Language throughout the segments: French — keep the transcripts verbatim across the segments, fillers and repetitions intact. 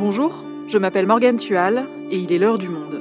Bonjour, je m'appelle Morgane Tual et il est l'heure du monde.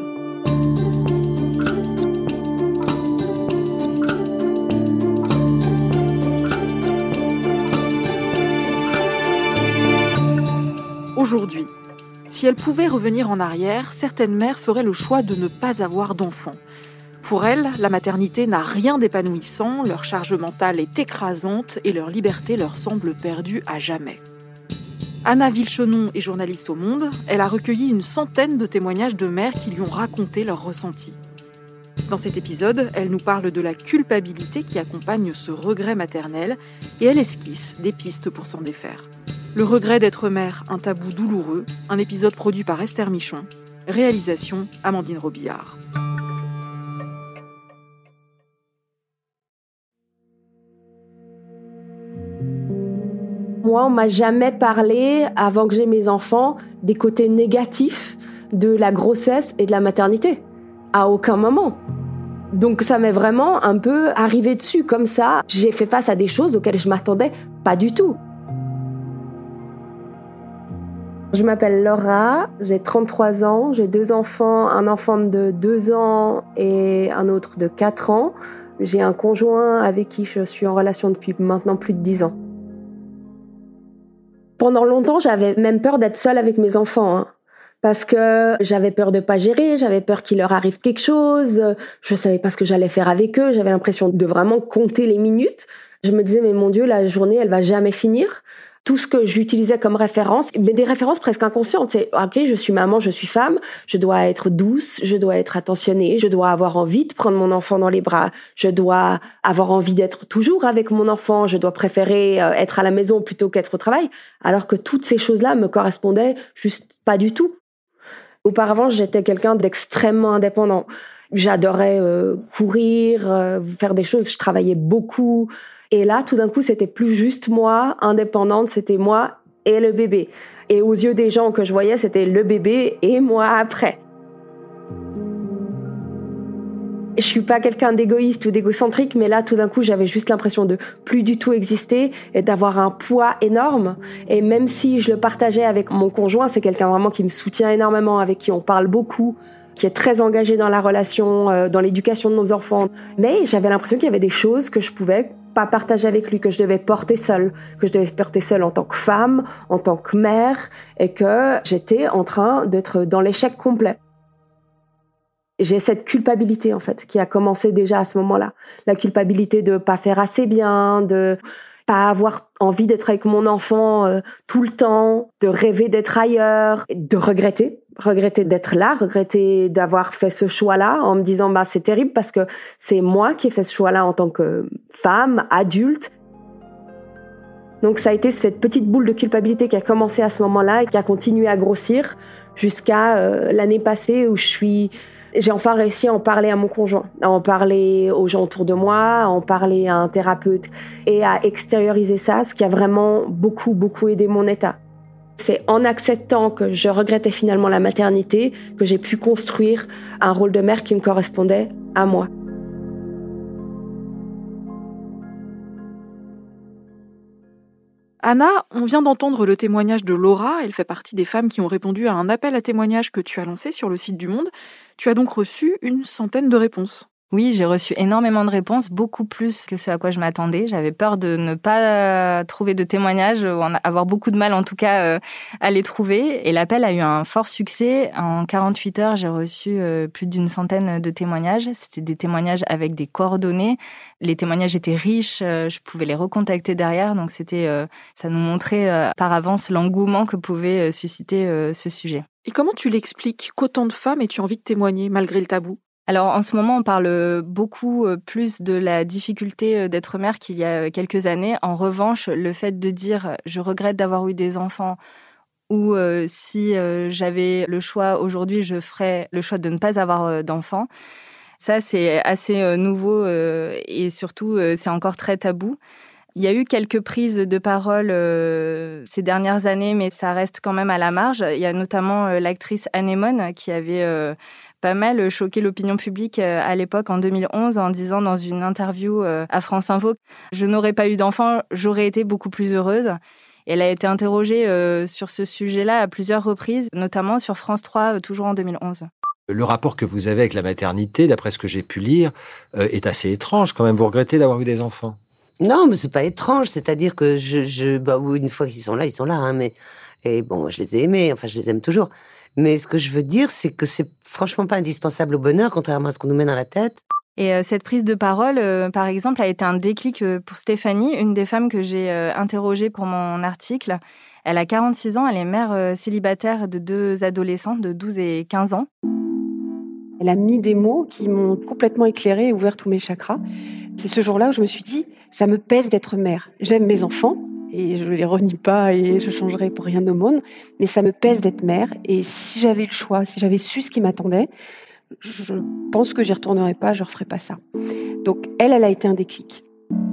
Aujourd'hui, si elles pouvaient revenir en arrière, certaines mères feraient le choix de ne pas avoir d'enfants. Pour elles, la maternité n'a rien d'épanouissant, leur charge mentale est écrasante et leur liberté leur semble perdue à jamais. Anna Vilchenon est journaliste au Monde. Elle a recueilli une centaine de témoignages de mères qui lui ont raconté leurs ressentis. Dans cet épisode, elle nous parle de la culpabilité qui accompagne ce regret maternel et elle esquisse des pistes pour s'en défaire. Le regret d'être mère, un tabou douloureux, un épisode produit par Esther Michon, réalisation Amandine Robillard. Moi, on m'a jamais parlé, avant que j'aie mes enfants, des côtés négatifs de la grossesse et de la maternité. À aucun moment. Donc ça m'est vraiment un peu arrivé dessus, comme ça. J'ai fait face à des choses auxquelles je m'attendais pas du tout. Je m'appelle Laura, j'ai trente-trois ans, j'ai deux enfants, un enfant de deux ans et un autre de quatre ans. J'ai un conjoint avec qui je suis en relation depuis maintenant plus de dix ans. Pendant longtemps, j'avais même peur d'être seule avec mes enfants, hein, parce que j'avais peur de pas gérer, j'avais peur qu'il leur arrive quelque chose, je savais pas ce que j'allais faire avec eux, j'avais l'impression de vraiment compter les minutes. Je me disais, mais mon Dieu, la journée, elle va jamais finir. Tout ce que j'utilisais comme référence, mais des références presque inconscientes, c'est ok, je suis maman, je suis femme, je dois être douce, je dois être attentionnée, je dois avoir envie de prendre mon enfant dans les bras, je dois avoir envie d'être toujours avec mon enfant, je dois préférer être à la maison plutôt qu'être au travail, alors que toutes ces choses-là me correspondaient juste pas du tout. Auparavant, j'étais quelqu'un d'extrêmement indépendant. J'adorais euh, courir, euh, faire des choses, je travaillais beaucoup. Et là, tout d'un coup, c'était plus juste moi, indépendante, c'était moi et le bébé. Et aux yeux des gens que je voyais, c'était le bébé et moi après. Je suis pas quelqu'un d'égoïste ou d'égocentrique, mais là, tout d'un coup, j'avais juste l'impression de plus du tout exister et d'avoir un poids énorme. Et même si je le partageais avec mon conjoint, c'est quelqu'un vraiment qui me soutient énormément, avec qui on parle beaucoup, qui est très engagé dans la relation, euh, dans l'éducation de nos enfants. Mais j'avais l'impression qu'il y avait des choses que je pouvais pas partager avec lui, que je devais porter seule, que je devais porter seule en tant que femme, en tant que mère, et que j'étais en train d'être dans l'échec complet. J'ai cette culpabilité, en fait, qui a commencé déjà à ce moment-là. La culpabilité de pas faire assez bien, de pas avoir envie d'être avec mon enfant euh, tout le temps, de rêver d'être ailleurs, de regretter, regretter d'être là, regretter d'avoir fait ce choix-là en me disant bah c'est terrible parce que c'est moi qui ai fait ce choix-là en tant que femme, adulte. Donc ça a été cette petite boule de culpabilité qui a commencé à ce moment-là et qui a continué à grossir jusqu'à euh, l'année passée où je suis J'ai enfin réussi à en parler à mon conjoint, à en parler aux gens autour de moi, à en parler à un thérapeute et à extérioriser ça, ce qui a vraiment beaucoup, beaucoup aidé mon état. C'est en acceptant que je regrettais finalement la maternité que j'ai pu construire un rôle de mère qui me correspondait à moi. Anna, on vient d'entendre le témoignage de Laura. Elle fait partie des femmes qui ont répondu à un appel à témoignages que tu as lancé sur le site du Monde. Tu as donc reçu une centaine de réponses. Oui, j'ai reçu énormément de réponses, beaucoup plus que ce à quoi je m'attendais. J'avais peur de ne pas trouver de témoignages, ou avoir beaucoup de mal en tout cas à les trouver. Et l'appel a eu un fort succès. En quarante-huit heures, j'ai reçu plus d'une centaine de témoignages. C'était des témoignages avec des coordonnées. Les témoignages étaient riches, je pouvais les recontacter derrière. Donc c'était, ça nous montrait par avance l'engouement que pouvait susciter ce sujet. Et comment tu l'expliques qu'autant de femmes aient envie de témoigner malgré le tabou ? Alors, en ce moment, on parle beaucoup plus de la difficulté d'être mère qu'il y a quelques années. En revanche, le fait de dire « je regrette d'avoir eu des enfants » ou euh, « si euh, j'avais le choix aujourd'hui, je ferais le choix de ne pas avoir euh, d'enfants », ça, c'est assez euh, nouveau euh, et surtout, euh, c'est encore très tabou. Il y a eu quelques prises de parole euh, ces dernières années, mais ça reste quand même à la marge. Il y a notamment euh, l'actrice Anémone qui avait euh, pas mal choqué l'opinion publique euh, à l'époque, en deux mille onze, en disant dans une interview euh, à France Info « Je n'aurais pas eu d'enfant, j'aurais été beaucoup plus heureuse ». Et elle a été interrogée euh, sur ce sujet-là à plusieurs reprises, notamment sur France trois, euh, toujours en deux mille onze. Le rapport que vous avez avec la maternité, d'après ce que j'ai pu lire, euh, est assez étrange quand même. Vous regrettez d'avoir eu des enfants? Non, mais c'est pas étrange. C'est-à-dire que je, je bah, une fois qu'ils sont là, ils sont là. Hein, mais et bon, je les ai aimés. Enfin, je les aime toujours. Mais ce que je veux dire, c'est que c'est franchement pas indispensable au bonheur, contrairement à ce qu'on nous met dans la tête. Et euh, cette prise de parole, euh, par exemple, a été un déclic euh, pour Stéphanie, une des femmes que j'ai euh, interrogées pour mon article. Elle a quarante-six ans, elle est mère euh, célibataire de deux adolescents de douze et quinze ans. Elle a mis des mots qui m'ont complètement éclairée et ouvert tous mes chakras. C'est ce jour-là où je me suis dit, ça me pèse d'être mère. J'aime mes enfants et je les renie pas et je changerai pour rien au monde, mais ça me pèse d'être mère. Et si j'avais le choix, si j'avais su ce qui m'attendait, je pense que j'y retournerais pas, je referais pas ça. Donc elle, elle a été un déclic.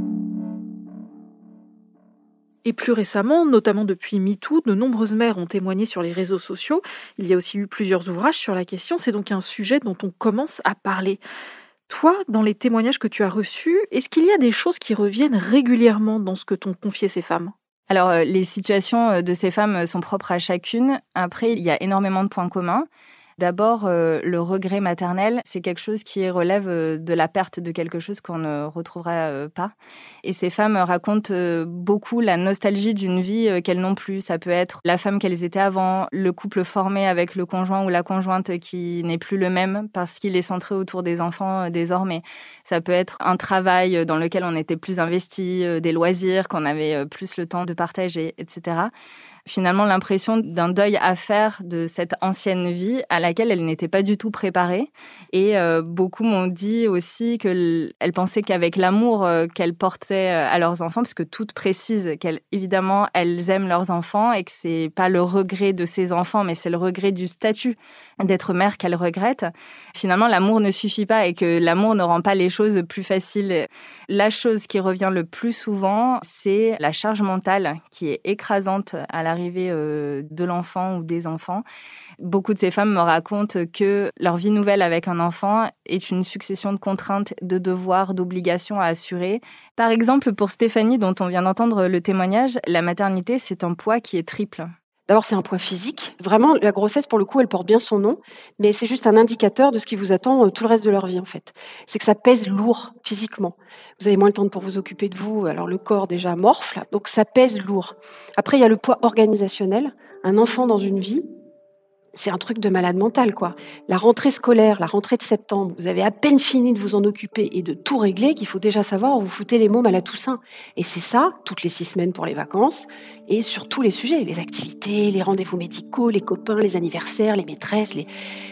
Et plus récemment, notamment depuis MeToo, de nombreuses mères ont témoigné sur les réseaux sociaux. Il y a aussi eu plusieurs ouvrages sur la question. C'est donc un sujet dont on commence à parler. Toi, dans les témoignages que tu as reçus, est-ce qu'il y a des choses qui reviennent régulièrement dans ce que t'ont confié ces femmes ? Alors, les situations de ces femmes sont propres à chacune. Après, il y a énormément de points communs. D'abord, euh, le regret maternel, c'est quelque chose qui relève euh, de la perte de quelque chose qu'on ne retrouvera euh, pas. Et ces femmes racontent euh, beaucoup la nostalgie d'une vie euh, qu'elles n'ont plus. Ça peut être la femme qu'elles étaient avant, le couple formé avec le conjoint ou la conjointe qui n'est plus le même parce qu'il est centré autour des enfants euh, désormais. Ça peut être un travail dans lequel on était plus investi, euh, des loisirs, qu'on avait euh, plus le temps de partager, et cetera. Finalement, l'impression d'un deuil à faire de cette ancienne vie à laquelle elle n'était pas du tout préparée. Et euh, beaucoup m'ont dit aussi qu'elles pensaient qu'avec l'amour euh, qu'elles portaient à leurs enfants, parce que toutes précisent qu'évidemment, elles aiment leurs enfants et que c'est pas le regret de ces enfants, mais c'est le regret du statut d'être mère qu'elles regrettent. Finalement, l'amour ne suffit pas et que l'amour ne rend pas les choses plus faciles. La chose qui revient le plus souvent, c'est la charge mentale qui est écrasante à la arrivée de l'enfant ou des enfants. Beaucoup de ces femmes me racontent que leur vie nouvelle avec un enfant est une succession de contraintes, de devoirs, d'obligations à assurer. Par exemple, pour Stéphanie, dont on vient d'entendre le témoignage, la maternité, c'est un poids qui est triple. D'abord, c'est un poids physique. Vraiment, la grossesse, pour le coup, elle porte bien son nom, mais c'est juste un indicateur de ce qui vous attend tout le reste de leur vie, en fait. C'est que ça pèse lourd, physiquement. Vous avez moins le temps pour vous occuper de vous, alors le corps déjà morfle, donc ça pèse lourd. Après, il y a le poids organisationnel. Un enfant dans une vie, c'est un truc de malade mental, quoi. La rentrée scolaire, la rentrée de septembre, vous avez à peine fini de vous en occuper et de tout régler qu'il faut déjà savoir où vous foutez les mômes à la Toussaint. Et c'est ça, toutes les six semaines pour les vacances, et sur tous les sujets, les activités, les rendez-vous médicaux, les copains, les anniversaires, les maîtresses, les...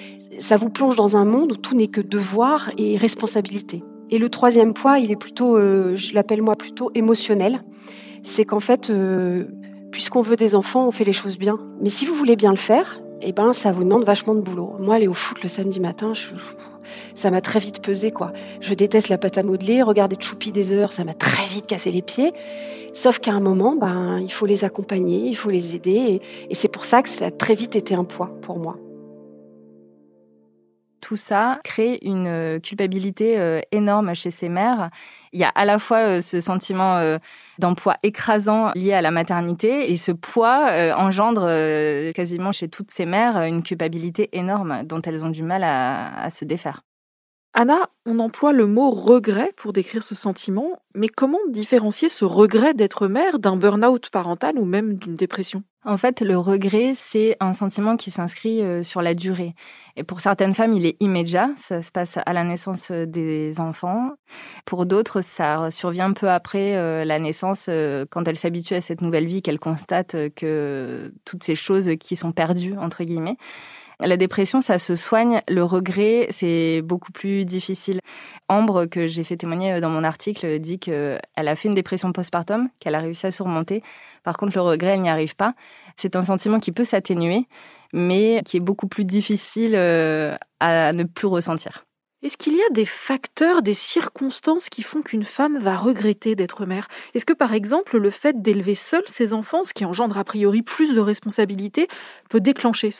ça vous plonge dans un monde où tout n'est que devoir et responsabilité. Et le troisième poids, il est plutôt, euh, je l'appelle moi plutôt émotionnel. C'est qu'en fait, euh, puisqu'on veut des enfants, on fait les choses bien. Mais si vous voulez bien le faire, eh ben, ça vous demande vachement de boulot. Moi, aller au foot le samedi matin, je... ça m'a très vite pesé, quoi. Je déteste la pâte à modeler, regarder Choupi des heures, ça m'a très vite cassé les pieds. Sauf qu'à un moment, ben, il faut les accompagner, il faut les aider. Et, et c'est pour ça que ça a très vite été un poids pour moi. Tout ça crée une culpabilité euh, énorme chez ces mères. Il y a à la fois euh, ce sentiment euh, d'un poids écrasant lié à la maternité et ce poids euh, engendre euh, quasiment chez toutes ces mères une culpabilité énorme dont elles ont du mal à, à se défaire. Anna, on emploie le mot regret pour décrire ce sentiment, mais comment différencier ce regret d'être mère d'un burn-out parental ou même d'une dépression ? En fait, le regret, c'est un sentiment qui s'inscrit sur la durée. Et pour certaines femmes, il est immédiat, ça se passe à la naissance des enfants. Pour d'autres, ça survient peu après la naissance, quand elles s'habituent à cette nouvelle vie, qu'elles constatent que toutes ces choses qui sont perdues, entre guillemets. La dépression, ça se soigne. Le regret, c'est beaucoup plus difficile. Ambre, que j'ai fait témoigner dans mon article, dit qu'elle a fait une dépression postpartum, qu'elle a réussi à surmonter. Par contre, le regret, elle n'y arrive pas. C'est un sentiment qui peut s'atténuer, mais qui est beaucoup plus difficile à ne plus ressentir. Est-ce qu'il y a des facteurs, des circonstances qui font qu'une femme va regretter d'être mère ? Est-ce que, par exemple, le fait d'élever seule ses enfants, ce qui engendre a priori plus de responsabilités, peut déclencher ce sentiment ?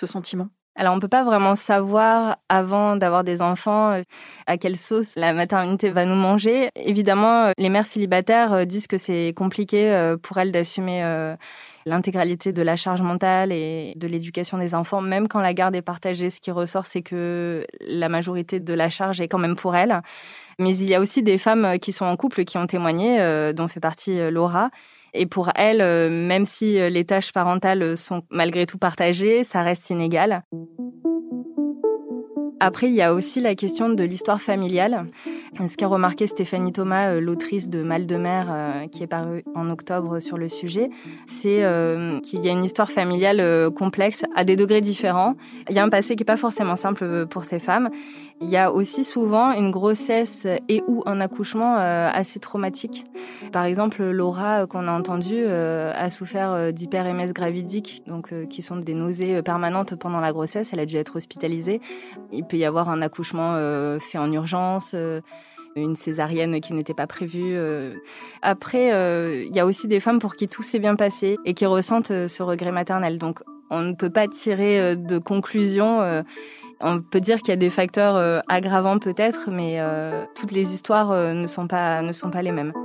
Alors, on ne peut pas vraiment savoir, avant d'avoir des enfants, à quelle sauce la maternité va nous manger. Évidemment, les mères célibataires disent que c'est compliqué pour elles d'assumer l'intégralité de la charge mentale et de l'éducation des enfants, même quand la garde est partagée. Ce qui ressort, c'est que la majorité de la charge est quand même pour elles. Mais il y a aussi des femmes qui sont en couple qui ont témoigné, dont fait partie Laura. Et pour elle, même si les tâches parentales sont malgré tout partagées, ça reste inégal. Après, il y a aussi la question de l'histoire familiale. Ce qu'a remarqué Stéphanie Thomas, l'autrice de Mal de mer, qui est parue en octobre sur le sujet, c'est qu'il y a une histoire familiale complexe à des degrés différents. Il y a un passé qui n'est pas forcément simple pour ces femmes. Il y a aussi souvent une grossesse et ou un accouchement assez traumatique. Par exemple, Laura, qu'on a entendu, a souffert d'hyper-M S gravidique, donc qui sont des nausées permanentes pendant la grossesse. Elle a dû être hospitalisée. Il peut y avoir un accouchement fait en urgence, une césarienne qui n'était pas prévue. Après, il y a aussi des femmes pour qui tout s'est bien passé et qui ressentent ce regret maternel. Donc, on ne peut pas tirer de conclusion. On peut dire qu'il y a des facteurs euh, aggravants peut-être, mais euh, toutes les histoires euh, ne sont pas, ne sont pas les mêmes.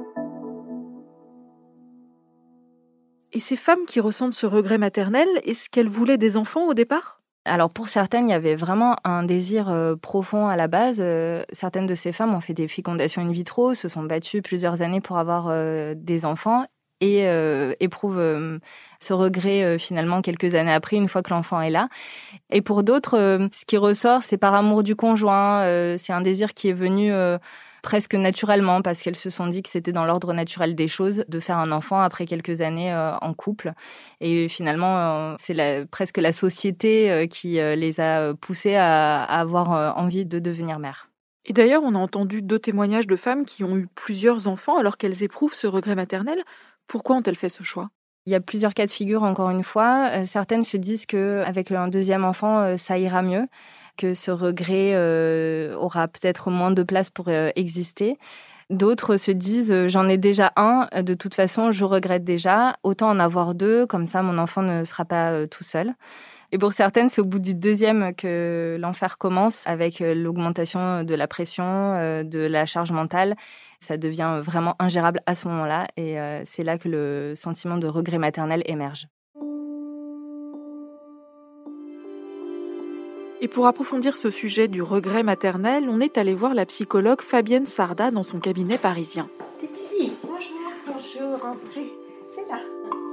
Et ces femmes qui ressentent ce regret maternel, est-ce qu'elles voulaient des enfants au départ ? Alors pour certaines, il y avait vraiment un désir euh, profond à la base. Euh, certaines de ces femmes ont fait des fécondations in vitro, se sont battues plusieurs années pour avoir euh, des enfants et euh, éprouvent euh, ce regret euh, finalement quelques années après, une fois que l'enfant est là. Et pour d'autres, euh, ce qui ressort, c'est par amour du conjoint, euh, c'est un désir qui est venu euh, presque naturellement, parce qu'elles se sont dit que c'était dans l'ordre naturel des choses de faire un enfant après quelques années euh, en couple. Et finalement, euh, c'est la, presque la société euh, qui euh, les a poussées à, à avoir euh, envie de devenir mères. Et d'ailleurs, on a entendu deux témoignages de femmes qui ont eu plusieurs enfants alors qu'elles éprouvent ce regret maternel. Pourquoi ont-elles fait ce choix ? Il y a plusieurs cas de figure, encore une fois. Euh, certaines se disent qu'avec un deuxième enfant, euh, ça ira mieux, que ce regret euh, aura peut-être moins de place pour euh, exister. D'autres se disent euh, « j'en ai déjà un, de toute façon, je regrette déjà, autant en avoir deux, comme ça mon enfant ne sera pas euh, tout seul ». Et pour certaines, c'est au bout du deuxième que l'enfer commence, avec l'augmentation de la pression, de la charge mentale. Ça devient vraiment ingérable à ce moment-là, et c'est là que le sentiment de regret maternel émerge. Et pour approfondir ce sujet du regret maternel, on est allé voir la psychologue Fabienne Sarda dans son cabinet parisien. C'est ici. Bonjour, bonjour, entrez. C'est là.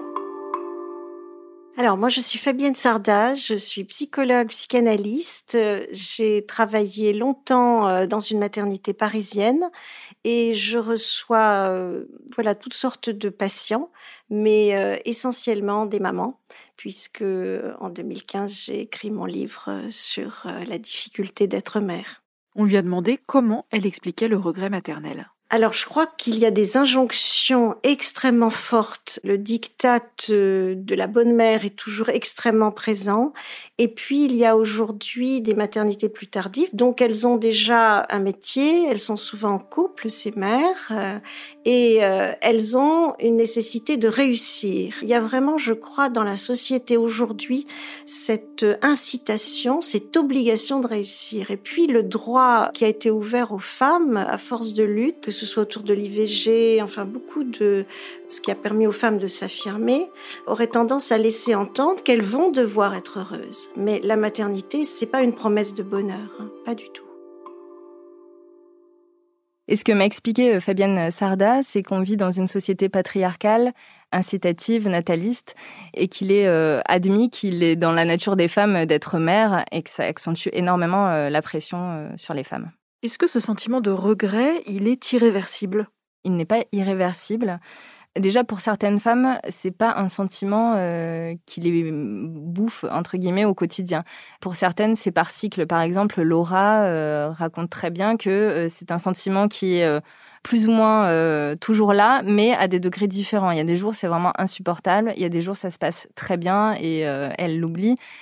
Alors, moi, je suis Fabienne Sarda, je suis psychologue, psychanalyste. J'ai travaillé longtemps dans une maternité parisienne et je reçois euh, voilà, toutes sortes de patients, mais euh, essentiellement des mamans, puisque en deux mille quinze, j'ai écrit mon livre sur euh, la difficulté d'être mère. On lui a demandé comment elle expliquait le regret maternel. Alors, je crois qu'il y a des injonctions extrêmement fortes. Le diktat de la bonne mère est toujours extrêmement présent. Et puis, il y a aujourd'hui des maternités plus tardives. Donc, elles ont déjà un métier. Elles sont souvent en couple, ces mères. Euh, et euh, elles ont une nécessité de réussir. Il y a vraiment, je crois, dans la société aujourd'hui, cette incitation, cette obligation de réussir. Et puis, le droit qui a été ouvert aux femmes, à force de lutte, que ce soit autour de l'I V G, enfin beaucoup de ce qui a permis aux femmes de s'affirmer, aurait tendance à laisser entendre qu'elles vont devoir être heureuses. Mais la maternité, c'est pas une promesse de bonheur, hein, pas du tout. Et ce que m'a expliqué Fabienne Sarda, c'est qu'on vit dans une société patriarcale, incitative, nataliste, et qu'il est euh, admis qu'il est dans la nature des femmes d'être mère et que ça accentue énormément euh, la pression euh, sur les femmes. Est-ce que ce sentiment de regret, il est irréversible ? Il n'est pas irréversible. Déjà, pour certaines femmes, c'est pas un sentiment euh, qui les bouffe, entre guillemets, au quotidien. Pour certaines, c'est par cycle. Par exemple, Laura euh, raconte très bien que euh, c'est un sentiment qui est euh, plus ou moins euh, toujours là, mais à des degrés différents. Il y a des jours, c'est vraiment insupportable. Il y a des jours, ça se passe très bien et euh, elle l'oublie.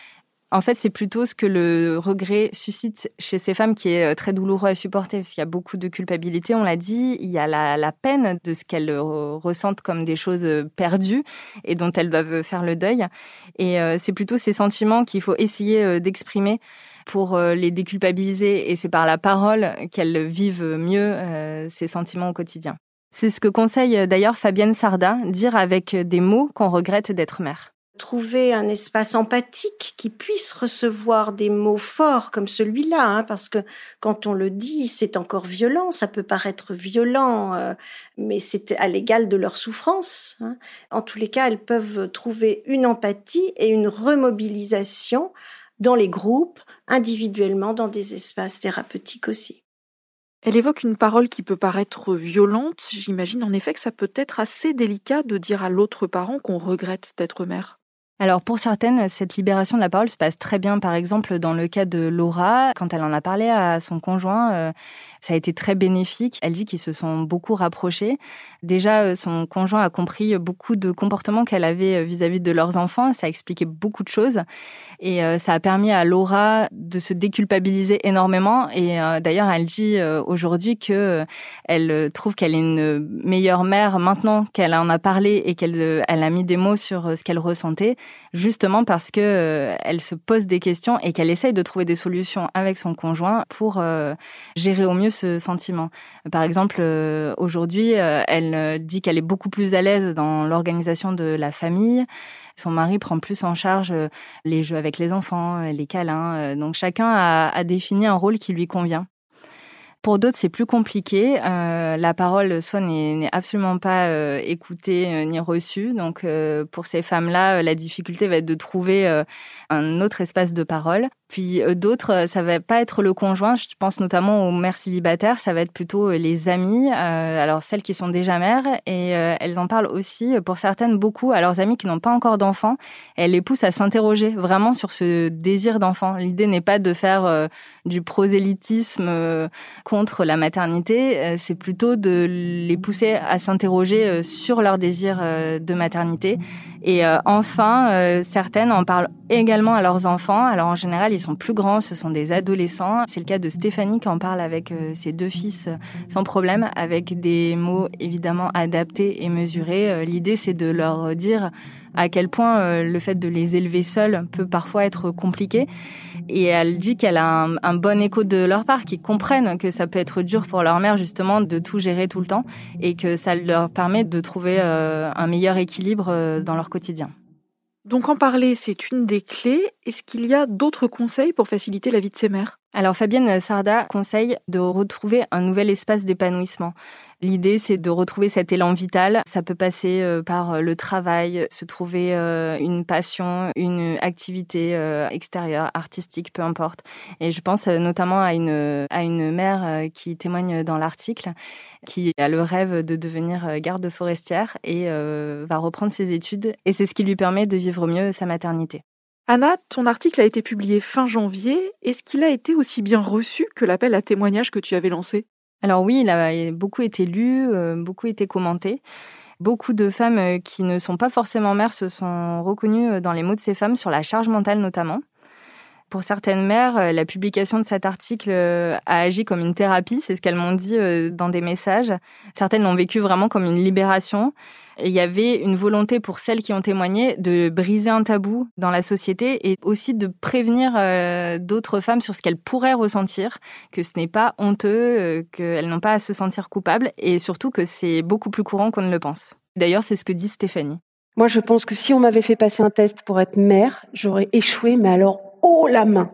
En fait, c'est plutôt ce que le regret suscite chez ces femmes qui est très douloureux à supporter, parce qu'il y a beaucoup de culpabilité, on l'a dit, il y a la, la peine de ce qu'elles ressentent comme des choses perdues et dont elles doivent faire le deuil. Et euh, c'est plutôt ces sentiments qu'il faut essayer d'exprimer pour les déculpabiliser, et c'est par la parole qu'elles vivent mieux euh, ces sentiments au quotidien. C'est ce que conseille d'ailleurs Fabienne Sarda, dire avec des mots qu'on regrette d'être mère. Trouver un espace empathique qui puisse recevoir des mots forts comme celui-là, hein, parce que quand on le dit, c'est encore violent, ça peut paraître violent, euh, mais c'est à l'égal de leur souffrance. Hein. En tous les cas, elles peuvent trouver une empathie et une remobilisation dans les groupes, individuellement, dans des espaces thérapeutiques aussi. Elle évoque une parole qui peut paraître violente. J'imagine en effet que ça peut être assez délicat de dire à l'autre parent qu'on regrette d'être mère. Alors pour certaines, cette libération de la parole se passe très bien. Par exemple, dans le cas de Laura, quand elle en a parlé à son conjoint, euh, ça a été très bénéfique. Elle dit qu'ils se sont beaucoup rapprochés. Déjà, son conjoint a compris beaucoup de comportements qu'elle avait vis-à-vis de leurs enfants. Ça a expliqué beaucoup de choses. Et euh, ça a permis à Laura de se déculpabiliser énormément. Et euh, d'ailleurs, elle dit euh, aujourd'hui que elle trouve qu'elle est une meilleure mère maintenant qu'elle en a parlé et qu'elle elle a mis des mots sur ce qu'elle ressentait, justement parce que euh, elle se pose des questions et qu'elle essaye de trouver des solutions avec son conjoint pour euh, gérer au mieux ce sentiment. Par exemple, euh, aujourd'hui, euh, elle dit qu'elle est beaucoup plus à l'aise dans l'organisation de la famille. Son mari prend plus en charge les jeux avec les enfants, les câlins. Donc chacun a, a défini un rôle qui lui convient. Pour d'autres, c'est plus compliqué. Euh, la parole, soit n'est, n'est absolument pas euh, écoutée euh, ni reçue. Donc, euh, pour ces femmes-là, la difficulté va être de trouver euh, un autre espace de parole. Puis euh, d'autres, ça va pas être le conjoint. Je pense notamment aux mères célibataires. Ça va être plutôt les amies. Euh, alors, celles qui sont déjà mères. Et euh, elles en parlent aussi, pour certaines, beaucoup à leurs amies qui n'ont pas encore d'enfants. Elles les poussent à s'interroger vraiment sur ce désir d'enfant. L'idée n'est pas de faire euh, du prosélytisme euh, contre la maternité. C'est plutôt de les pousser à s'interroger sur leur désir de maternité. Et enfin, certaines en parlent également à leurs enfants. Alors en général, ils sont plus grands, ce sont des adolescents. C'est le cas de Stéphanie qui en parle avec ses deux fils sans problème, avec des mots évidemment adaptés et mesurés. L'idée, c'est de leur dire à quel point euh, le fait de les élever seuls peut parfois être compliqué. Et elle dit qu'elle a un, un bon écho de leur part, qu'ils comprennent que ça peut être dur pour leur mère justement de tout gérer tout le temps et que ça leur permet de trouver euh, un meilleur équilibre euh, dans leur quotidien. Donc en parler, c'est une des clés. Est-ce qu'il y a d'autres conseils pour faciliter la vie de ces mères ? Alors Fabienne Sarda conseille de retrouver un nouvel espace d'épanouissement. L'idée, c'est de retrouver cet élan vital. Ça peut passer par le travail, se trouver une passion, une activité extérieure, artistique, peu importe. Et je pense notamment à une, à une mère qui témoigne dans l'article, qui a le rêve de devenir garde forestière et va reprendre ses études. Et c'est ce qui lui permet de vivre mieux sa maternité. Anna, ton article a été publié fin janvier. Est-ce qu'il a été aussi bien reçu que l'appel à témoignages que tu avais lancé ? Alors oui, il a beaucoup été lu, euh, beaucoup été commenté. Beaucoup de femmes qui ne sont pas forcément mères se sont reconnues dans les mots de ces femmes sur la charge mentale notamment. Pour certaines mères, la publication de cet article a agi comme une thérapie, c'est ce qu'elles m'ont dit dans des messages. Certaines l'ont vécu vraiment comme une libération. Et il y avait une volonté pour celles qui ont témoigné de briser un tabou dans la société et aussi de prévenir euh, d'autres femmes sur ce qu'elles pourraient ressentir, que ce n'est pas honteux, euh, qu'elles n'ont pas à se sentir coupables et surtout que c'est beaucoup plus courant qu'on ne le pense. D'ailleurs, c'est ce que dit Stéphanie. Moi, je pense que si on m'avait fait passer un test pour être mère, j'aurais échoué, mais alors haut la main.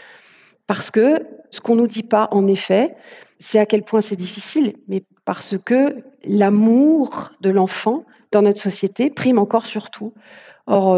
Parce que ce qu'on nous dit pas, en effet, c'est à quel point c'est difficile, mais parce que l'amour de l'enfant dans notre société prime encore sur tout. Or,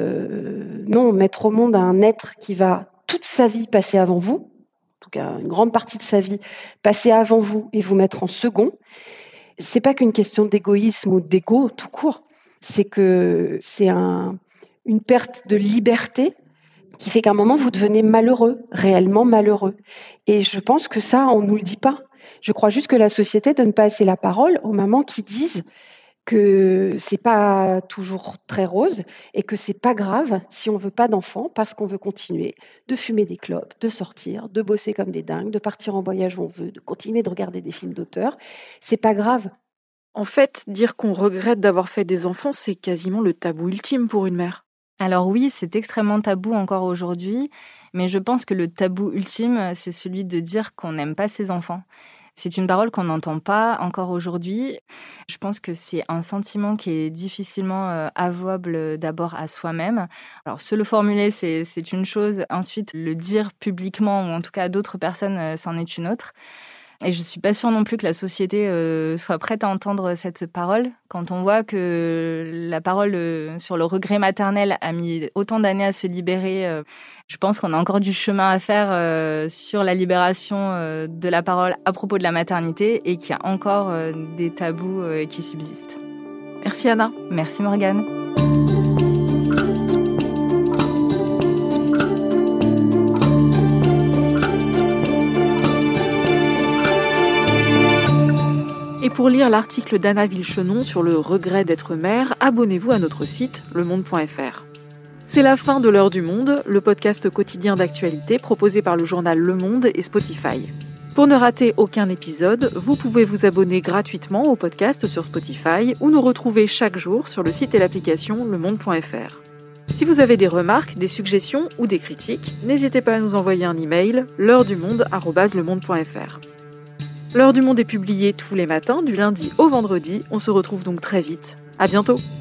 euh, non, mettre au monde un être qui va toute sa vie passer avant vous, en tout cas une grande partie de sa vie passer avant vous et vous mettre en second, c'est pas qu'une question d'égoïsme ou d'égo tout court, c'est que c'est un, une perte de liberté qui fait qu'à un moment, vous devenez malheureux, réellement malheureux. Et je pense que ça, on ne nous le dit pas. Je crois juste que la société donne pas assez la parole aux mamans qui disent que c'est pas toujours très rose et que c'est pas grave si on veut pas d'enfants parce qu'on veut continuer de fumer des clopes, de sortir, de bosser comme des dingues, de partir en voyage où on veut, de continuer de regarder des films d'auteur. C'est pas grave. En fait, dire qu'on regrette d'avoir fait des enfants, c'est quasiment le tabou ultime pour une mère. Alors oui, c'est extrêmement tabou encore aujourd'hui, mais je pense que le tabou ultime, c'est celui de dire qu'on n'aime pas ses enfants. C'est une parole qu'on n'entend pas encore aujourd'hui. Je pense que c'est un sentiment qui est difficilement euh, avouable d'abord à soi-même. Alors, se le formuler, c'est, c'est une chose. Ensuite, le dire publiquement, ou en tout cas à d'autres personnes, euh, c'en est une autre. Et je ne suis pas sûre non plus que la société euh, soit prête à entendre cette parole. Quand on voit que la parole euh, sur le regret maternel a mis autant d'années à se libérer, euh, je pense qu'on a encore du chemin à faire euh, sur la libération euh, de la parole à propos de la maternité et qu'il y a encore euh, des tabous euh, qui subsistent. Merci Anna. Merci Morgane. Et pour lire l'article d'Anna Villechenon sur le regret d'être mère, abonnez-vous à notre site le monde point f r. C'est la fin de l'heure du monde, le podcast quotidien d'actualité proposé par le journal Le Monde et Spotify. Pour ne rater aucun épisode, vous pouvez vous abonner gratuitement au podcast sur Spotify ou nous retrouver chaque jour sur le site et l'application le monde point f r. Si vous avez des remarques, des suggestions ou des critiques, n'hésitez pas à nous envoyer un email l'heure du monde arobase le monde point f r. L'heure du monde est publiée tous les matins, du lundi au vendredi. On se retrouve donc très vite. À bientôt!